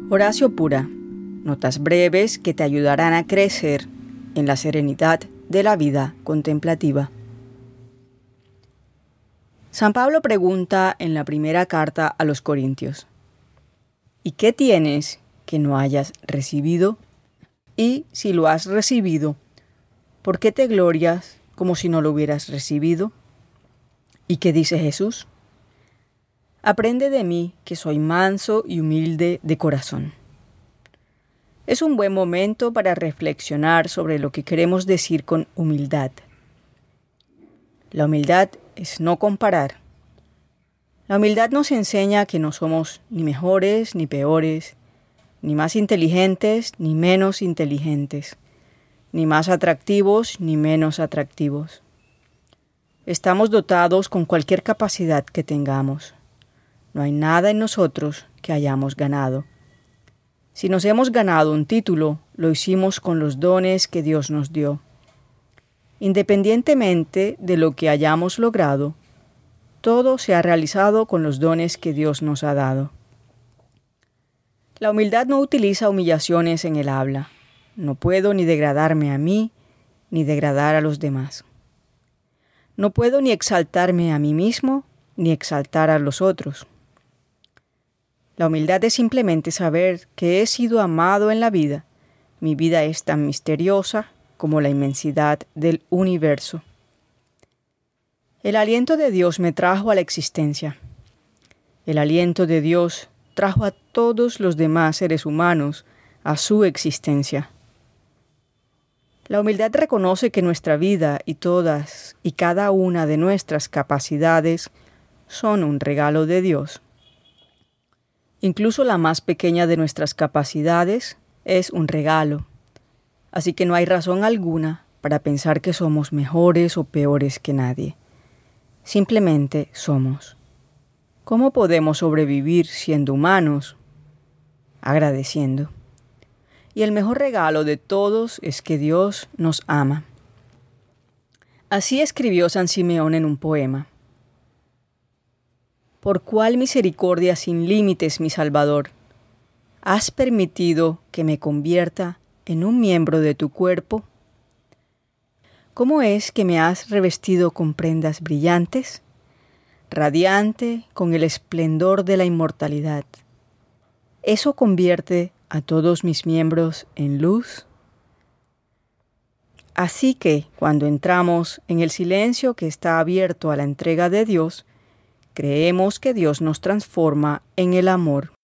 Horacio Pura, notas breves que te ayudarán a crecer en la serenidad de la vida contemplativa. San Pablo pregunta en la primera carta a los Corintios: ¿y qué tienes que no hayas recibido? Y si lo has recibido, ¿por qué te glorias como si no lo hubieras recibido? ¿Y qué dice Jesús? Aprende de mí, que soy manso y humilde de corazón. Es un buen momento para reflexionar sobre lo que queremos decir con humildad. La humildad es no comparar. La humildad nos enseña que no somos ni mejores ni peores, ni más inteligentes ni menos inteligentes, ni más atractivos ni menos atractivos. Estamos dotados con cualquier capacidad que tengamos. No hay nada en nosotros que hayamos ganado. Si nos hemos ganado un título, lo hicimos con los dones que Dios nos dio. Independientemente de lo que hayamos logrado, todo se ha realizado con los dones que Dios nos ha dado. La humildad no utiliza humillaciones en el habla. No puedo ni degradarme a mí, ni degradar a los demás. No puedo ni exaltarme a mí mismo, ni exaltar a los otros. La humildad es simplemente saber que he sido amado en la vida. Mi vida es tan misteriosa como la inmensidad del universo. El aliento de Dios me trajo a la existencia. El aliento de Dios trajo a todos los demás seres humanos a su existencia. La humildad reconoce que nuestra vida y todas y cada una de nuestras capacidades son un regalo de Dios. Incluso la más pequeña de nuestras capacidades es un regalo. Así que no hay razón alguna para pensar que somos mejores o peores que nadie. Simplemente somos. ¿Cómo podemos sobrevivir siendo humanos? Agradeciendo. Y el mejor regalo de todos es que Dios nos ama. Así escribió San Simeón en un poema: ¿por cuál misericordia sin límites, mi Salvador, has permitido que me convierta en un miembro de tu cuerpo? ¿Cómo es que me has revestido con prendas brillantes, radiante con el esplendor de la inmortalidad? ¿Eso convierte a todos mis miembros en luz? Así que, cuando entramos en el silencio que está abierto a la entrega de Dios, creemos que Dios nos transforma en el amor.